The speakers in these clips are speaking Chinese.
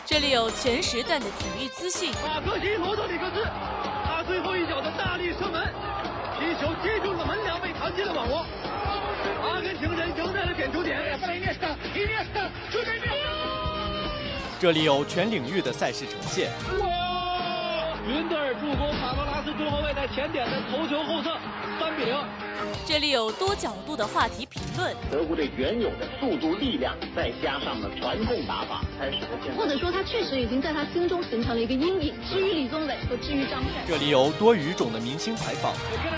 这里有全时段的体育资讯。 马克西罗德里克斯，他最后一脚的大力射门，皮球接住了门梁，被弹进了网窝。阿根廷人赢在了点球点。 这里有全领域的赛事呈现。 云德尔助攻卡罗拉斯中后卫在前点的头球后侧，3-0。 这里有多角度的话题评论。 德国队原有的速度、力量，再加上了传控打法，才使得现在。 或者说，他确实已经在他心中形成了一个阴影，至于李宗伟和至于张帅。 这里有多语种的明星采访。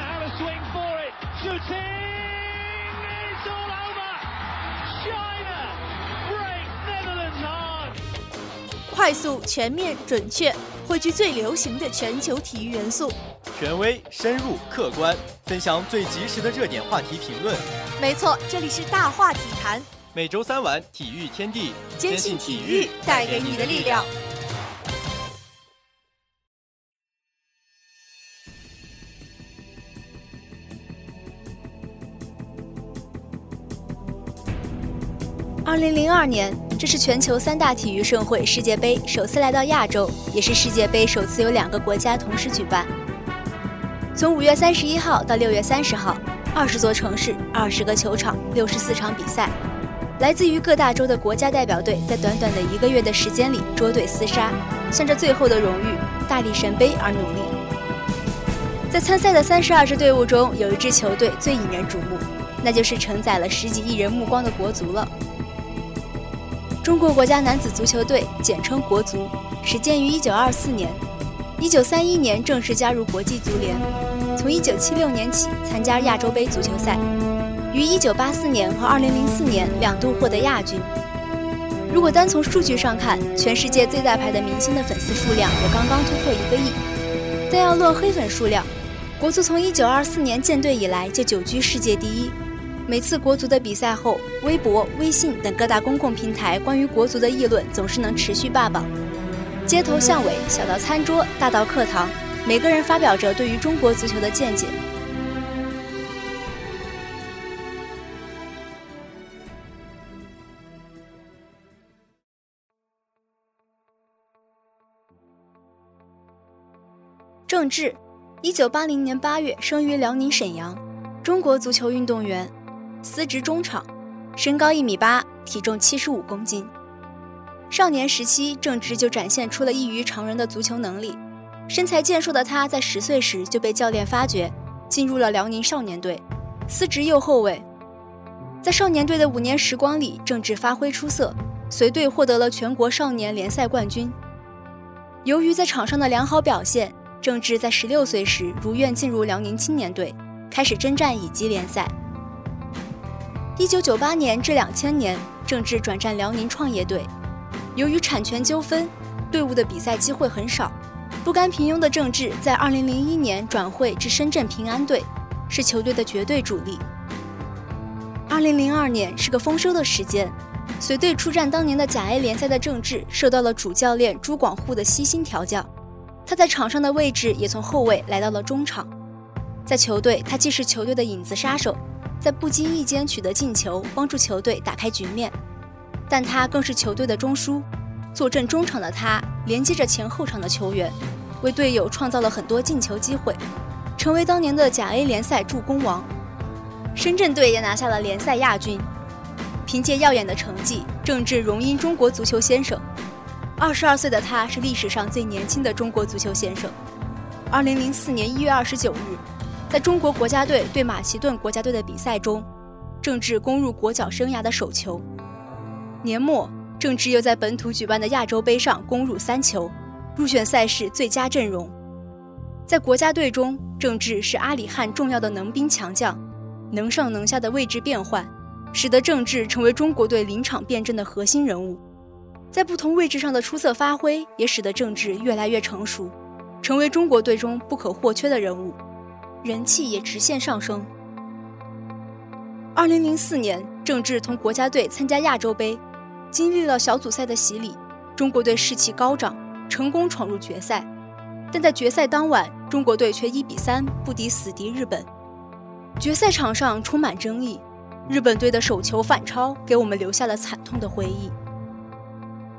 快速、全面、准确，汇聚最流行的全球体育元素， 权威、深入、客观，分享最及时的热点话题评论。 没错，这里是大话体坛。 每周3晚，体育天地， 坚信体育带给你的力量。2002年，这是全球3大体育盛会世界杯首次来到亚洲，也是世界杯首次有2个国家同时举办。从5月31号到6月30号，20座城市，20个球场，64场比赛，来自于各大洲的国家代表队在短短的1个月的时间里捉对厮杀，向着最后的荣誉大力神杯而努力。在参赛的32支队伍中，有一支球队最引人瞩目，那就是承载了10几亿人目光的国足了。中国国家男子足球队，简称国足，始建于1924年，1931年正式加入国际足联，从1976年起参加亚洲杯足球赛，于1984年和2004年2度获得亚军。如果单从数据上看，全世界最大牌的明星的粉丝数量也刚刚突破1个亿，但要论黑粉数量，国足从1924年建队以来就久居世界第一。每次国足的比赛后，微博、微信等各大公共平台关于国足的议论总是能持续霸榜。街头巷尾，小到餐桌，大到课堂，每个人发表着对于中国足球的见解。郑智，1980年8月生于辽宁沈阳，中国足球运动员，司职中场，身高1.8米，体重75公斤。少年时期，郑智就展现出了异于常人的足球能力。身材健硕的他，在10岁时就被教练发掘，进入了辽宁少年队，司职右后卫。在少年队的5年时光里，郑智发挥出色，随队获得了全国少年联赛冠军。由于在场上的良好表现，郑智在16岁时如愿进入辽宁青年队，开始征战乙级联赛。1998年至2000年，郑智转战辽宁创业队。由于产权纠纷，队伍的比赛机会很少。不甘平庸的郑智在2001年转会至深圳平安队，是球队的绝对主力。2002年是个丰收的时间，随队出战当年的甲 A 联赛的郑智受到了主教练朱广沪的悉心调教，他在场上的位置也从后卫来到了中场。在球队，他既是球队的影子杀手，在不经意间取得进球，帮助球队打开局面，但他更是球队的中枢。坐镇中场的他，连接着前后场的球员，为队友创造了很多进球机会，成为当年的甲 A 联赛助攻王。深圳队也拿下了联赛亚军。凭借耀眼的成绩，郑智荣膺中国足球先生。22岁的他是历史上最年轻的中国足球先生。2004年1月29日，在中国国家队对马其顿国家队的比赛中，郑智攻入国脚生涯的首球。年末，郑智又在本土举办的亚洲杯上攻入3球，入选赛事最佳阵容。在国家队中，郑智是阿里汉重要的能兵强将，能上能下的位置变换，使得郑智成为中国队临场变阵的核心人物。在不同位置上的出色发挥，也使得郑智越来越成熟，成为中国队中不可或缺的人物，人气也直线上升。2004年，郑智同国家队参加亚洲杯，经历了小组赛的洗礼，中国队士气高涨，成功闯入决赛。但在决赛当晚，中国队却1-3不敌死敌日本。决赛场上充满争议，日本队的手球反超给我们留下了惨痛的回忆。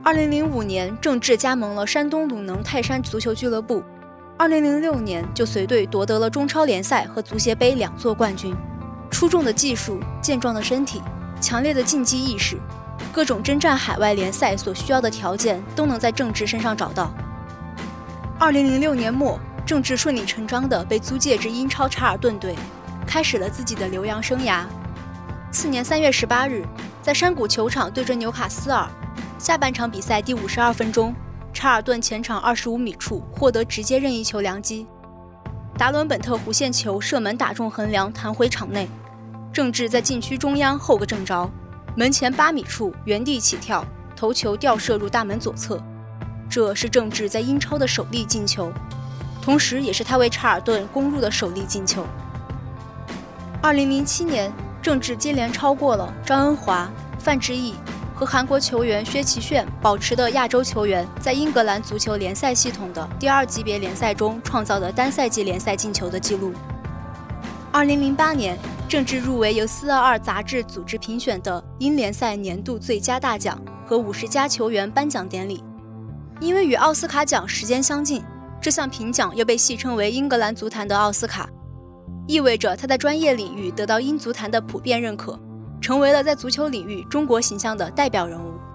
2005年，郑智加盟了山东鲁能泰山足球俱乐部。2006年就随队夺得了中超联赛和足协杯2座冠军。出众的技术、健壮的身体、强烈的竞技意识，各种征战海外联赛所需要的条件都能在郑智身上找到。2006年末，郑智顺理成章地被租借至英超查尔顿队，开始了自己的留洋生涯。次年3月18日，在山谷球场对阵纽卡斯尔，下半场比赛第52分钟，查尔顿前场25米处获得直接任意球良机，达伦本特弧线球射门打中横梁，弹回场内。郑智在禁区中央后个正着，门前8米处原地起跳，头球吊射入大门左侧。这是郑智在英超的首粒进球，同时也是他为查尔顿攻入的首粒进球。2007年，郑智接连超过了张恩华、范志毅和韩国球员薛其炫保持的亚洲球员在英格兰足球联赛系统的第2级别联赛中创造的单赛季联赛进球的纪录。2008年，郑智入围由422杂志组织评选的英联赛年度最佳大奖和50佳球员颁奖典礼。因为与奥斯卡奖时间相近，这项评奖又被戏称为英格兰足坛的奥斯卡，意味着他在专业领域得到英足坛的普遍认可，成为了在足球领域中国形象的代表人物。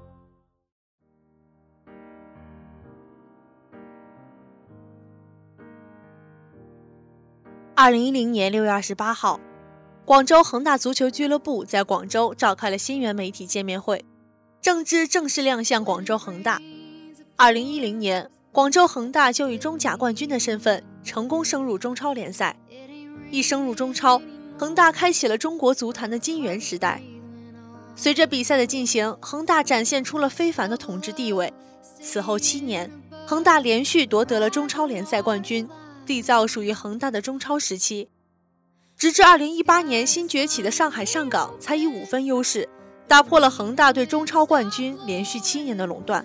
2010年6月28号，广州恒大足球俱乐部在广州召开了新源媒体见面会，郑智正式亮相广州恒大。2010年，广州恒大就以中甲冠军的身份成功升入中超联赛。一升入中超，恒大开启了中国足坛的金元时代。随着比赛的进行，恒大展现出了非凡的统治地位。此后7年，恒大连续夺得了中超联赛冠军，缔造属于恒大的中超时期。直至2018年新崛起的上海上港才以5分优势打破了恒大对中超冠军连续7年的垄断。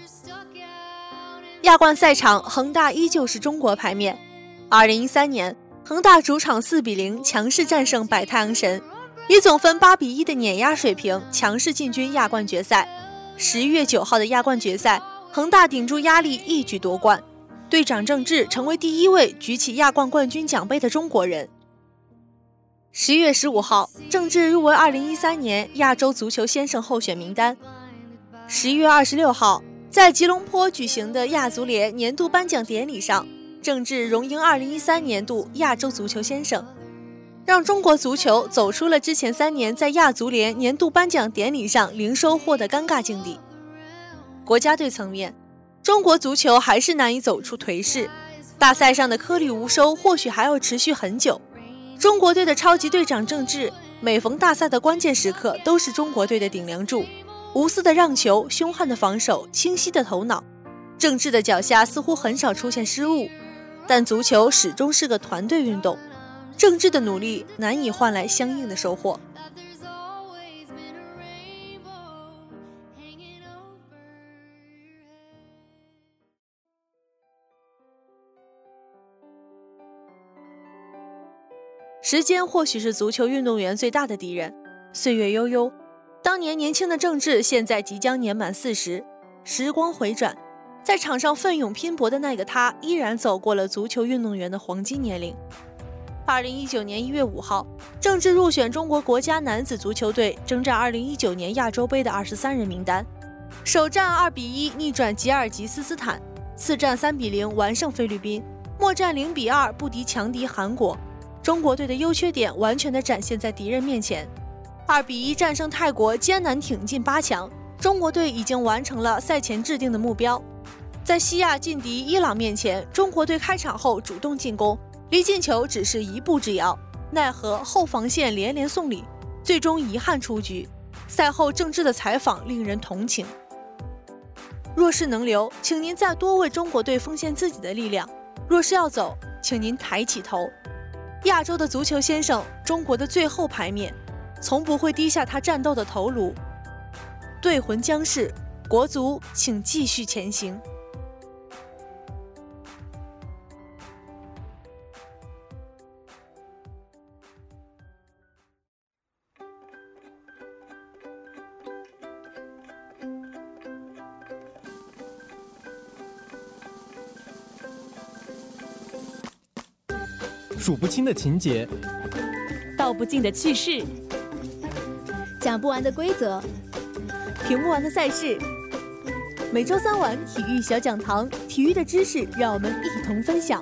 亚冠赛场，恒大依旧是中国牌面。2013年，恒大主场4比0强势战胜百太阳神，以总分8比1的碾压水平强势进军亚冠决赛。11月9号的亚冠决赛，恒大顶住压力一举夺冠，队长郑智成为第1位举起亚冠冠军奖杯的中国人。11月15号，郑智入围2013年亚洲足球先生候选名单。11月26号，在吉隆坡举行的亚足联年度颁奖典礼上，郑智荣膺2013年度亚洲足球先生，让中国足球走出了之前3年在亚足联年度颁奖典礼上零收获的尴尬境地。国家队层面，中国足球还是难以走出颓势，大赛上的颗粒无收或许还要持续很久。中国队的超级队长郑智，每逢大赛的关键时刻都是中国队的顶梁柱，无私的让球，凶悍的防守，清晰的头脑。郑智的脚下似乎很少出现失误，但足球始终是个团队运动，郑智的努力难以换来相应的收获。时间或许是足球运动员最大的敌人。岁月悠悠，当年年轻的郑智现在即将年满40，时光回转，在场上奋勇拼搏的那个他依然走过了足球运动员的黄金年龄。2019年1月5号，郑智入选中国国家男子足球队征战2019年亚洲杯的23人名单。首战2比1逆转吉尔吉斯斯坦，次战3比0完胜菲律宾，末战0比2不敌强敌韩国。中国队的优缺点完全地展现在敌人面前。2比1战胜泰国，艰难挺进8强，中国队已经完成了赛前制定的目标。在西亚劲敌伊朗面前，中国队开场后主动进攻，离进球只是一步之遥，奈何后防线连连送礼，最终遗憾出局。赛后郑智的采访令人同情。若是能留，请您再多为中国队奉献自己的力量；若是要走，请您抬起头。亚洲的足球先生，中国的最后牌面，从不会低下他战斗的头颅。队魂将逝，国足请继续前行。 数不清的情节， 道不尽的趣事， 讲不完的规则， 评不完的赛事。每周3晚体育小讲堂，体育的知识让我们一同分享。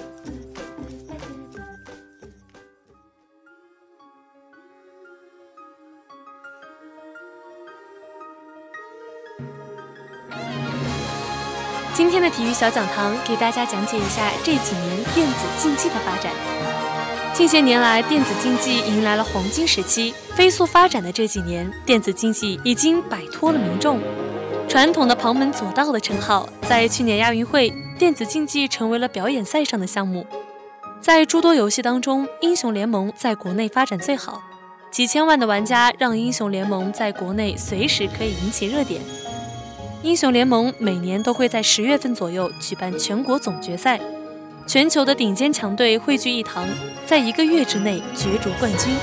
今天的体育小讲堂给大家讲解一下这几年电子竞技的发展。近些年来，电子竞技迎来了黄金时期，飞速发展的这几年，电子竞技已经摆脱了民众传统的旁门左道的称号。在去年亚运会，电子竞技成为了表演赛上的项目。在诸多游戏当中，英雄联盟在国内发展最好，几千万的玩家让英雄联盟在国内随时可以引起热点。英雄联盟每年都会在10月份左右举办全国总决赛，全球的顶尖强队汇聚一堂，在1个月之内角逐冠军。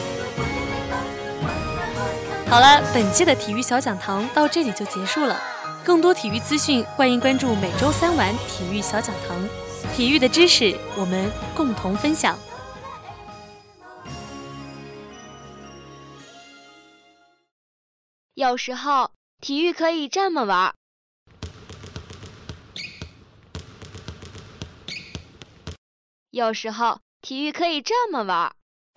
好了，本期的体育小讲堂到这里就结束了。更多体育资讯，欢迎关注每周3晚体育小讲堂。体育的知识，我们共同分享。 有时候体育可以这么玩，有时候体育可以这么玩。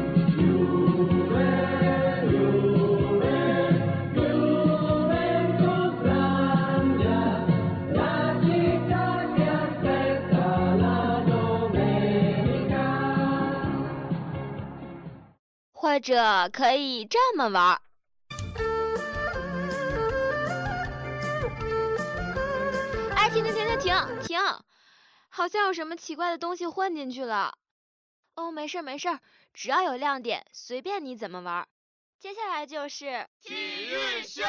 或者可以这么玩。哎，停！好像有什么奇怪的东西混进去了。哦，没事，只要有亮点，随便你怎么玩。接下来就是体育秀。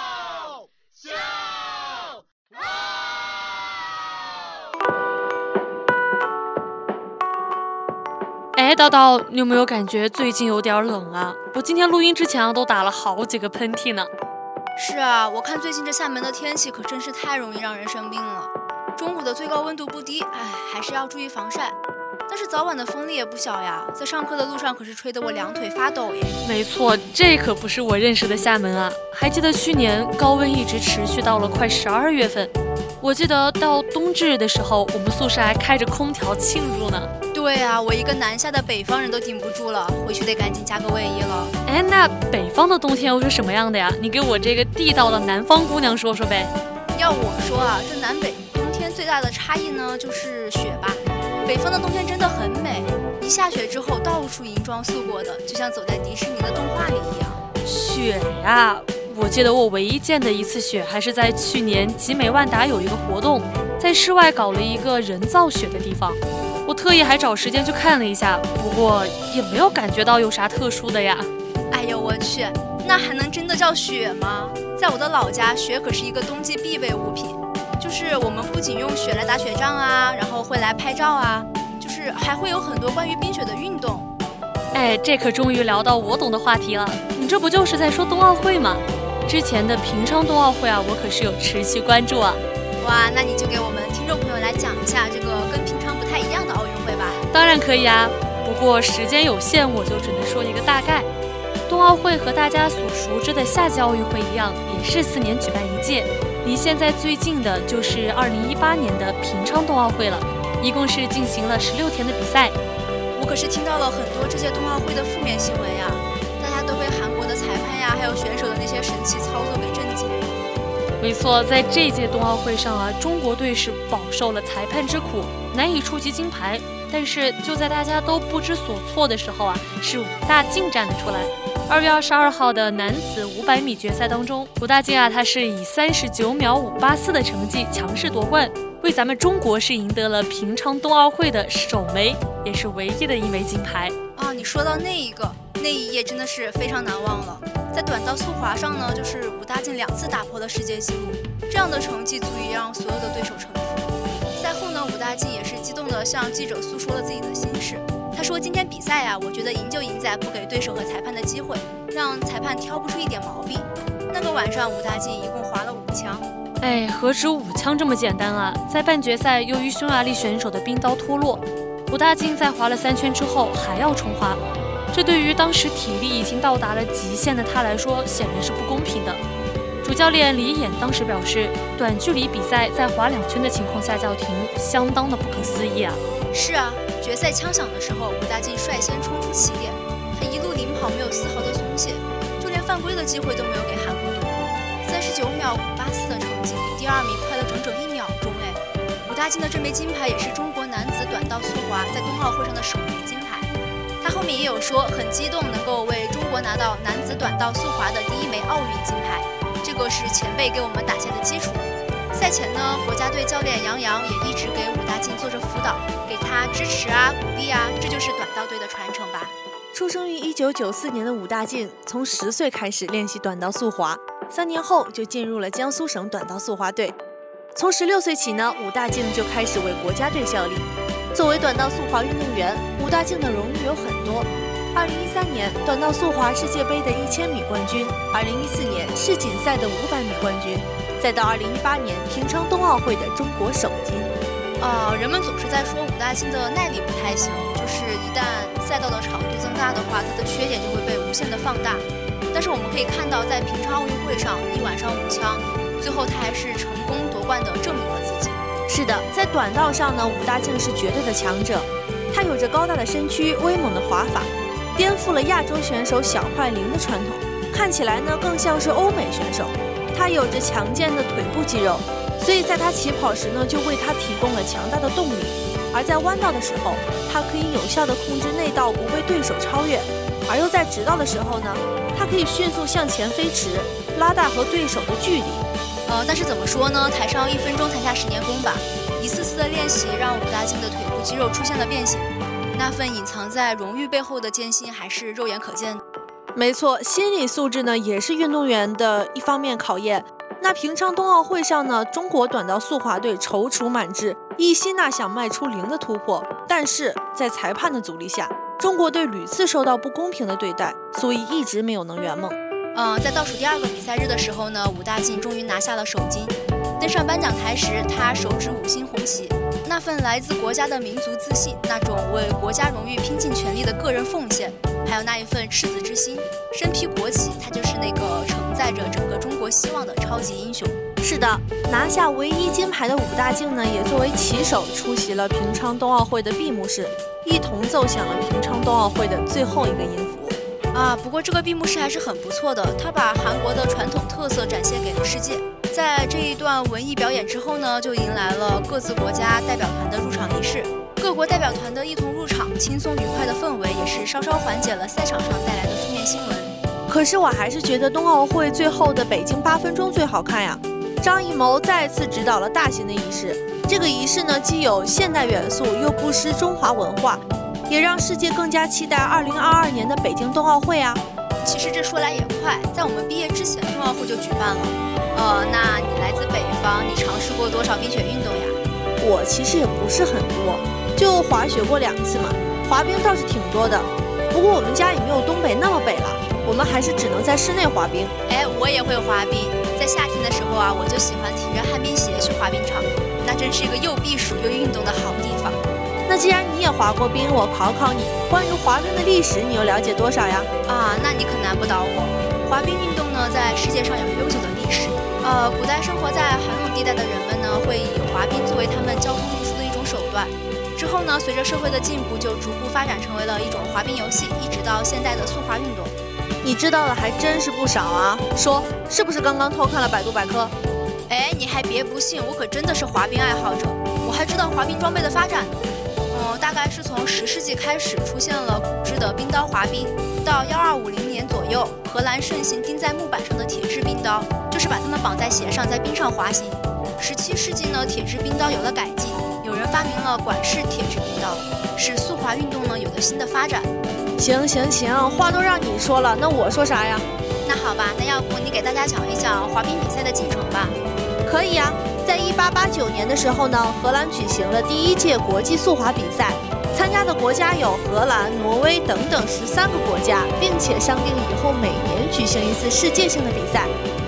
哎，叨叨，你有没有感觉最近有点冷啊？我今天录音之前都打了好几个喷嚏呢。 是啊，我看最近这厦门的天气可真是太容易让人生病了。中午的最高温度不低，还是要注意防晒。但是早晚的风力也不小呀，在上课的路上可是吹得我2腿发抖耶。 没错，这可不是我认识的厦门啊！还记得去年高温一直持续到了快12月份，我记得到冬至日的时候，我们宿舍还开着空调庆祝呢。 对啊，我一个南下的北方人都顶不住了，回去得赶紧加个卫衣了。 哎，那北方的冬天又是什么样的呀？你给我这个地道的南方姑娘说说呗。 要我说啊，这南北冬天最大的差异呢，就是雪吧。北方的冬天真的很美，一下雪之后到处银装素裹的，就像走在迪士尼的动画里一样。 雪呀，我记得我唯一见的一次雪还是在去年集美万达有一个活动，在室外搞了一个人造雪的地方，我特意还找时间去看了一下，不过也没有感觉到有啥特殊的呀。 哎呦我去，那还能真的叫雪吗？在我的老家，雪可是一个冬季必备物品，就是我们不仅用雪来打雪仗啊，然后会来拍照啊，就是还会有很多关于冰雪的运动。 哎，这可终于聊到我懂的话题了，你这不就是在说冬奥会吗？之前的平昌冬奥会啊，我可是有持续关注啊。 哇，那你就给我们听众朋友来讲一下这个跟平常不太一样的奥运会吧。 当然可以啊，不过时间有限，我就只能说一个大概。冬奥会和大家所熟知的夏季奥运会一样，也是4年举办一届，离现在最近的就是2018年的平昌冬奥会了，一共是进行了16天的比赛。 我可是听到了很多这届冬奥会的负面新闻呀，大家都被韩国的裁判呀，还有选手的那些神奇操作给震惊。 没错，在这届冬奥会上啊，中国队是饱受了裁判之苦，难以触及金牌。但是就在大家都不知所措的时候啊，是武大靖站了出来。2月22号的男子500米决赛当中，武大靖啊，他是以39秒584的成绩强势夺冠，为咱们中国是赢得了平昌冬奥会的首枚，也是唯一的一枚金牌啊！你说到那一页真的是非常难忘了。在短道速滑上呢，就是武大靖2次打破了世界纪录，这样的成绩足以让所有的对手臣服。赛后呢，武大靖也是激动地向记者诉说了自己的心事。他说：“今天比赛啊，我觉得赢就赢在不给对手和裁判的机会，让裁判挑不出一点毛病。那个晚上，武大靖一共滑了5枪。 哎，何止5枪这么简单啊！在半决赛，由于匈牙利选手的冰刀脱落， 武大靖在滑了3圈之后还要重滑，这对于当时体力已经到达了极限的他来说，显然是不公平的。主教练李演当时表示，短距离比赛在滑2圈的情况下叫停，相当的不可思议啊！ 是啊，决赛枪响的时候，武大靖率先冲出起点，他一路领跑，没有丝毫的松懈，就连犯规的机会都没有给韩国队。39秒584的成绩比第2名快了整整1秒钟哎！武大靖的这枚金牌也是中国男子短道速滑在冬奥会上的首枚金牌。他后面也有说，很激动能够为中国拿到男子短道速滑的第1枚奥运金牌，这个是前辈给我们打下的基础。赛前呢，国家队教练杨洋也一直给武大靖做着辅导，给他支持啊、鼓励啊，这就是短道队的传承吧。 出生于1994年的武大靖，从10岁开始练习短道速滑，3年后就进入了江苏省短道速滑队。从16岁起呢，武大靖就开始为国家队效力。作为短道速滑运动员，武大靖的荣誉有很多。2013年短道速滑世界杯的1000米冠军，2014年世锦赛的500米冠军，再到2018年平昌冬奥会的中国首金。 人们总是在说武大靖的耐力不太行，就是一旦赛道的长度增大的话，他的缺点就会被无限的放大。但是我们可以看到，在平昌奥运会上一晚上5枪，最后他还是成功夺冠的，证明了自己。 是的，在短道上呢，武大靖是绝对的强者。他有着高大的身躯、威猛的滑法，颠覆了亚洲选手小快灵的传统，看起来呢更像是欧美选手。他有着强健的腿部肌肉，所以在他起跑时呢，就为他提供了强大的动力。而在弯道的时候，他可以有效地控制内道不被对手超越，而又在直道的时候呢，他可以迅速向前飞驰，拉大和对手的距离。 但是怎么说呢？台上1分钟，台下10年功吧。一次次的练习让武大靖的腿部肌肉出现了变形，那份隐藏在荣誉背后的艰辛还是肉眼可见的。 没错，心理素质呢也是运动员的一方面考验。那平昌冬奥会上呢，中国短道速滑队踌躇满志，一心想迈出0的突破，但是在裁判的阻力下，中国队屡次受到不公平的对待，所以一直没有能圆梦。 在倒数第2个比赛日的时候呢，武大靖终于拿下了首金。登上颁奖台时，他手指5星红旗，那份来自国家的民族自信，那种为国家荣誉拼尽全力的个人奉献，还有那一份赤子之心，身披国旗，他就是那个承载着整个中国希望的超级英雄。 是的，拿下唯一金牌的武大靖呢，也作为旗手出席了平昌冬奥会的闭幕式，一同奏响了平昌冬奥会的最后一个音符。 不过这个闭幕式还是很不错的，他把韩国的传统特色展现给了世界。在这一段文艺表演之后呢，就迎来了各自国家代表团的入场仪式。各国代表团的一同入场，轻松愉快的氛围也是稍稍缓解了赛场上带来的负面新闻。 可是我还是觉得冬奥会最后的北京8分钟最好看呀！张艺谋再次指导了大型的仪式，这个仪式呢既有现代元素，又不失中华文化，也让世界更加期待2022年的北京冬奥会啊！ 其实这说来也快，在我们毕业之前，冬奥会就举办了。那你来自北方，你尝试过多少冰雪运动呀？ 我其实也不是很多，就滑雪过2次嘛，滑冰倒是挺多的。不过我们家也没有东北那么北了，我们还是只能在室内滑冰。 我也会滑冰，在夏天的时候啊，我就喜欢提着旱冰鞋去滑冰场，那真是一个又避暑又运动的好地方。 那既然你也滑过冰，我考考你，关于滑冰的历史你又了解多少呀？ 那你可难不倒我。滑冰运动呢，在世界上有悠久的历史。古代生活在寒冷地带的人们呢，会以滑冰作为他们交通运输的一种手段。之后呢，随着社会的进步，就逐步发展成为了一种滑冰游戏，一直到现代的速滑运动。 你知道的还真是不少啊！说是不是刚刚偷看了百度百科？ 你还别不信，我可真的是滑冰爱好者。我还知道滑冰装备的发展。大概是从10世纪开始出现了骨质的冰刀滑冰，到1250年左右，荷兰盛行钉在木板上的铁质冰刀，就是把它们绑在鞋上，在冰上滑行。17世纪呢，铁质冰刀有了改进，有人发明了管式铁质冰刀，使速滑运动呢有了新的发展。 行，话都让你说了，那我说啥呀？ 那好吧，那要不你给大家讲一讲滑冰比赛的进程吧。 可以啊，在1889年的时候呢，荷兰举行了第1届国际速滑比赛，参加的国家有荷兰、挪威等等13个国家，并且商定以后每年举行一次世界性的比赛。那1889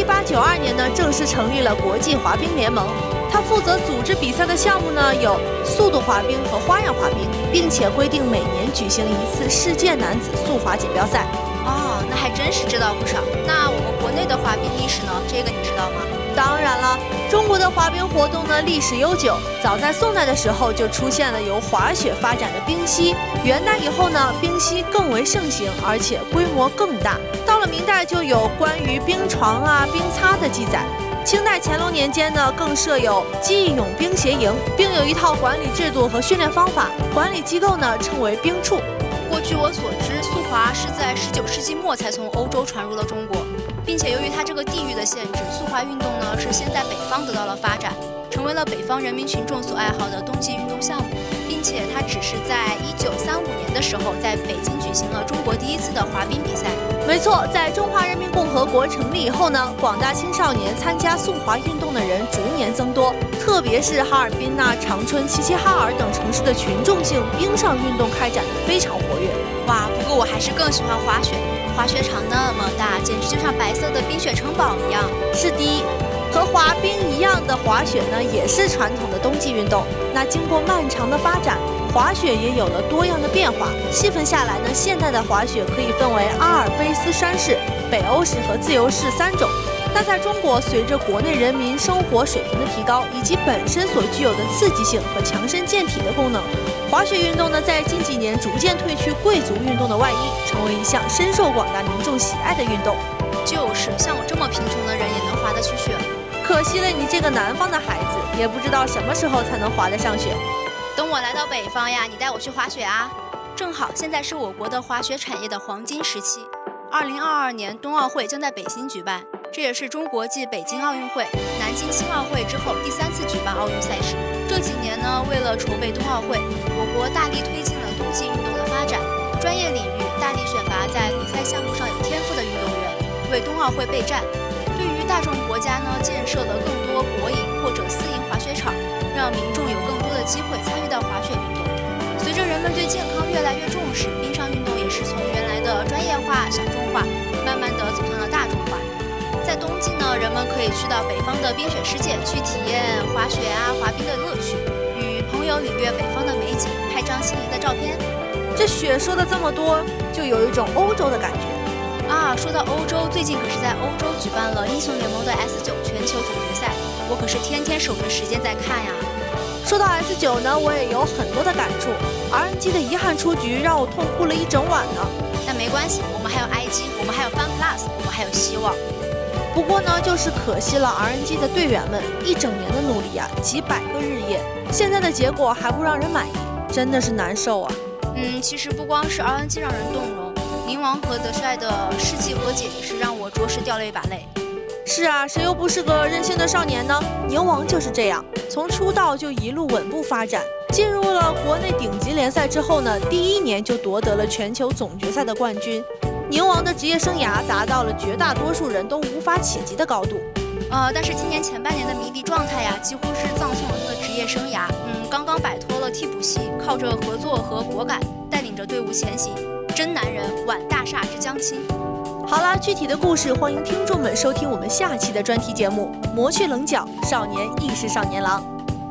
1892年呢，正式成立了国际滑冰联盟。它负责组织比赛的项目呢有速度滑冰和花样滑冰，并且规定每年举行一次世界男子速滑锦标赛。 哦，那还真是知道不少。那我们国内的滑冰历史呢？这个你知道吗？ 当然了，中国的滑冰活动呢历史悠久，早在宋代的时候就出现了由滑雪发展的冰嬉。元代以后呢，冰嬉更为盛行，而且规模更大。到了明代就有关于冰床啊、冰擦的记载。清代乾隆年间呢，更设有技泳冰协营，并有一套管理制度和训练方法，管理机构呢称为冰处。 据我所知，速滑是在19世纪末才从欧洲传入了中国，并且由于它这个地域的限制，速滑运动呢是先在北方得到了发展，成为了北方人民群众所爱好的冬季运动项目，并且它只是在1935年的时候在北京举行了中国第一次的滑冰比赛。 没错，在中华人民共和国成立以后呢，广大青少年参加速滑运动的人逐年增多，特别是哈尔滨啊、长春、齐齐哈尔等城市的群众性冰上运动开展得非常活跃。 哇，不过我还是更喜欢滑雪，滑雪场那么大，简直就像白色的冰雪城堡一样。 是的，和滑冰一样的滑雪呢，也是传统的冬季运动。那经过漫长的发展，滑雪也有了多样的变化。细分下来呢，现代的滑雪可以分为阿尔卑斯山式、北欧式和自由式3种。那在中国，随着国内人民生活水平的提高，以及本身所具有的刺激性和强身健体的功能，滑雪运动呢，在近几年逐渐褪去贵族运动的外衣，成为一项深受广大民众喜爱的运动。 就是像我这么贫穷的人也能滑得去雪， 可惜了你这个南方的孩子，也不知道什么时候才能滑得上雪。 等我来到北方呀，你带我去滑雪啊！正好现在是我国的滑雪产业的黄金时期。2022年冬奥会将在北京举办，这也是中国继北京奥运会、南京青奥会之后第3次举办奥运赛事。这几年呢，为了筹备冬奥会，我国大力推进了冬季运动的发展，专业领域大力选拔在比赛项目上有天赋的运动员，为冬奥会备战。对于大众国家呢，建设了更多国营或者私营滑雪场，让民众有更多的机会参与到滑雪运动。随着人们对健康越来越重视，冰上运动也是从原来的专业化、小众化，慢慢的走向了大众化。在冬季呢，人们可以去到北方的冰雪世界去体验滑雪啊、滑冰的乐趣，与朋友领略北方的美景，拍张心仪的照片。 这雪说的这么多，就有一种欧洲的感觉啊！说到欧洲，最近可是在欧洲举办了英雄联盟的 S9 全球总决赛，我可是天天守着时间在看呀。 说到 S9 呢，我也有很多的感触。RNG 的遗憾出局让我痛哭了一整晚呢。 那没关系，我们还有 IG， 我们还有 FunPlus， 我们还有希望。 不过呢，就是可惜了 RNG 的队员们一整年的努力啊，几百个日夜，现在的结果还不让人满意，真的是难受啊。 其实不光是 RNG 让人动容，宁王和德帅的世纪和解也是让我着实掉了一把泪。 是啊，谁又不是个任性的少年呢？宁王就是这样，从出道就一路稳步发展，进入了国内顶级联赛之后呢，第1年就夺得了全球总决赛的冠军。宁王的职业生涯达到了绝大多数人都无法企及的高度。 但是今年前半年的迷离状态呀，几乎是葬送了他的职业生涯。刚刚摆脱了替补席，靠着合作和果敢带领着队伍前行，真男人挽大厦之将倾。 好了，具体的故事欢迎听众们收听我们下期的专题节目《磨去棱角，少年亦是少年郎》。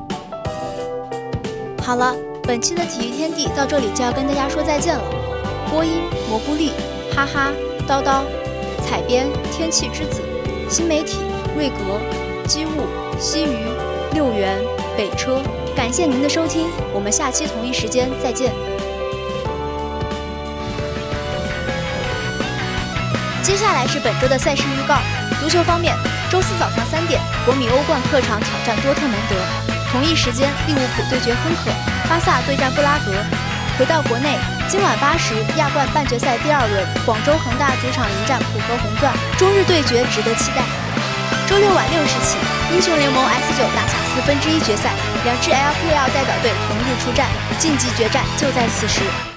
好了，本期的体育天地到这里就要跟大家说再见了。播音蘑菇丽、哈哈、叨叨，采编天气之子，新媒体瑞格、机务、西鱼、六元、北车。感谢您的收听，我们下期同一时间再见。接下来是本周的赛事预告。足球方面，周四早上3点，国米欧冠客场挑战多特蒙德；同一时间，利物浦对决亨可，巴萨对战布拉格。回到国内，今晚8时，亚冠半决赛第2轮，广州恒大主场迎战浦和红钻，中日对决值得期待。周六晚6时起，英雄联盟 S9 拿下1/4决赛，2支 LPL 代表队同日出战，晋级决战就在此时。